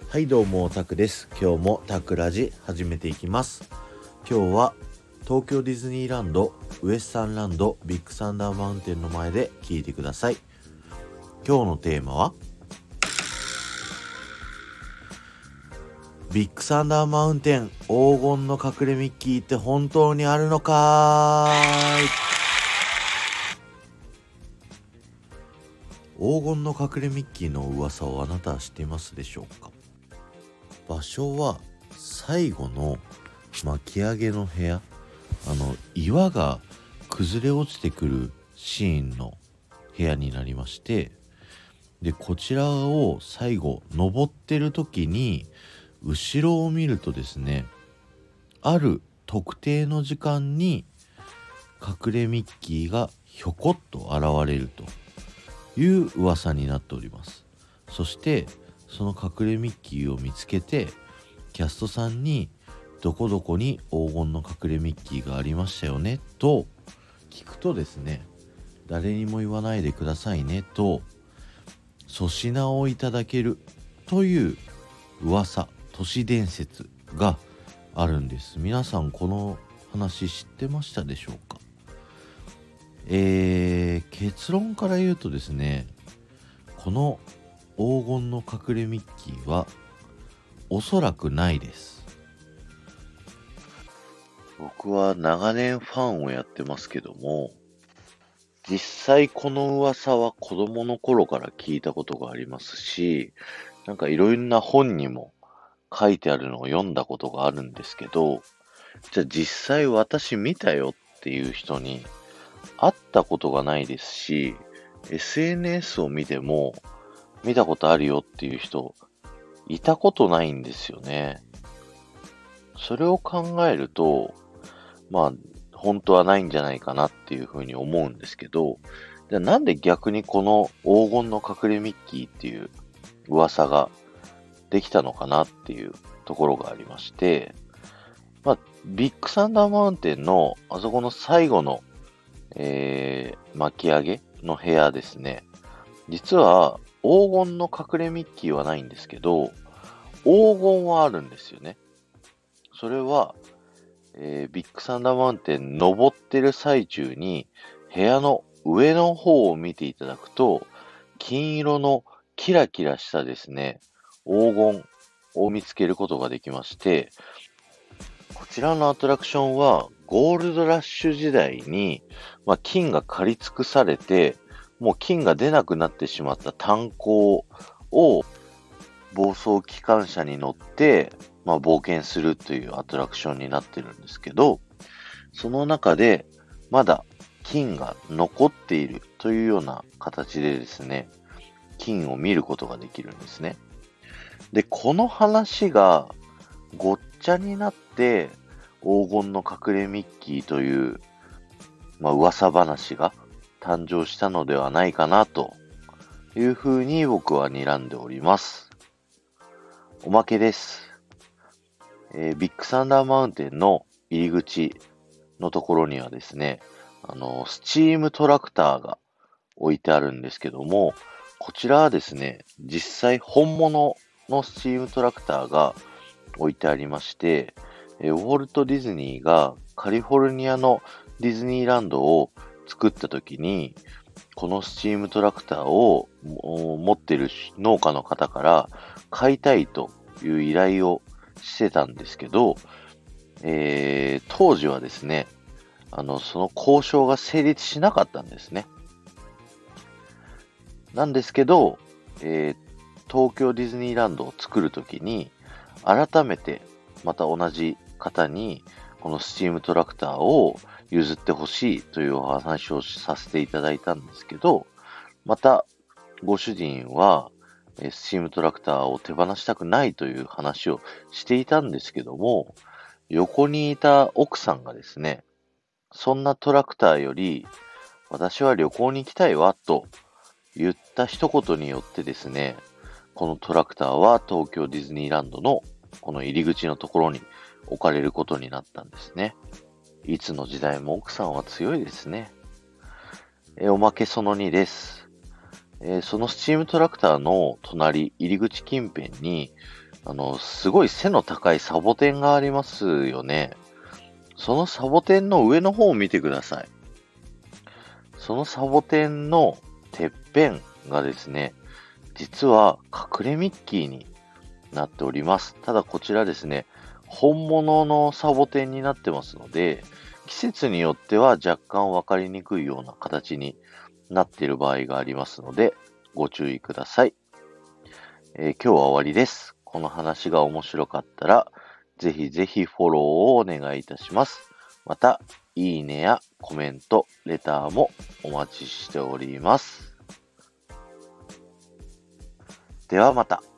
はいどうもタクです。今日もタクラジ始めていきます。今日は東京ディズニーランドウエスタンランドビッグサンダーマウンテンの前で聞いてください。今日のテーマはビッグサンダーマウンテン黄金の隠れミッキーって本当にあるのかーい。黄金の隠れミッキーの噂をあなたは知っていますでしょうか。場所は最後の巻き上げの部屋、岩が崩れ落ちてくるシーンの部屋になりまして、でこちらを最後登ってる時に後ろを見るとですね、ある特定の時間に隠れミッキーがひょこっと現れるという噂になっております。そしてその隠れミッキーを見つけてキャストさんにどこどこに黄金の隠れミッキーがありましたよねと聞くとですね、誰にも言わないでくださいねと粗品をいただけるという噂、都市伝説があるんです。皆さんこの話知ってましたでしょうか。結論から言うとですね、この黄金の隠れミッキーはおそらくないです。僕は長年ファンをやってますけども、実際この噂は子供の頃から聞いたことがありますし、なんかいろんな本にも書いてあるのを読んだことがあるんですけど、じゃあ実際私見たよっていう人に会ったことがないですし、SNS を見ても見たことあるよっていう人いたことないんですよね。それを考えると、本当はないんじゃないかなっていうふうに思うんですけど、じゃあなんで逆にこの黄金の隠れミッキーっていう噂ができたのかなっていうところがありまして、ビッグサンダーマウンテンのあそこの最後の、巻き上げの部屋ですね。実は黄金の隠れミッキーはないんですけど、黄金はあるんですよね。それは、ビッグサンダーマウンテン登ってる最中に部屋の上の方を見ていただくと、金色のキラキラしたですね、黄金を見つけることができまして、こちらのアトラクションはゴールドラッシュ時代に、金が借り尽くされて、もう金が出なくなってしまった炭鉱を暴走機関車に乗って、冒険するというアトラクションになってるんですけど、その中でまだ金が残っているというような形でですね、金を見ることができるんですね。で、この話がごっちゃになって黄金の隠れミッキーという、噂話が誕生したのではないかなというふうに僕は睨んでおります。おまけです。ビッグサンダーマウンテンの入り口のところにはですね、スチームトラクターが置いてあるんですけども、こちらはですね、実際本物のスチームトラクターが置いてありまして、ウォルト・ディズニーがカリフォルニアのディズニーランドを作った時に、このスチームトラクターを持っている農家の方から買いたいという依頼をしてたんですけど、当時はですね、その交渉が成立しなかったんですね。なんですけど、東京ディズニーランドを作るときに、改めてまた同じ方に、このスチームトラクターを譲ってほしいというお話をさせていただいたんですけど、またご主人は、スチームトラクターを手放したくないという話をしていたんですけども、横にいた奥さんがですね、そんなトラクターより、私は旅行に行きたいわ、と言った一言によってですね、このトラクターは東京ディズニーランドのこの入り口のところに置かれることになったんですね。いつの時代も奥さんは強いですね。おまけその2です。そのスチームトラクターの隣、入り口近辺に、 すごい背の高いサボテンがありますよね。そのサボテンの上の方を見てください。そのサボテンのてっぺんがですね、実は隠れミッキーになっております。ただこちらですね、本物のサボテンになってますので、季節によっては若干わかりにくいような形になっている場合がありますので、ご注意ください。今日は終わりです。この話が面白かったら、ぜひぜひフォローをお願いいたします。また、いいねやコメント、レターもお待ちしております。ではまた。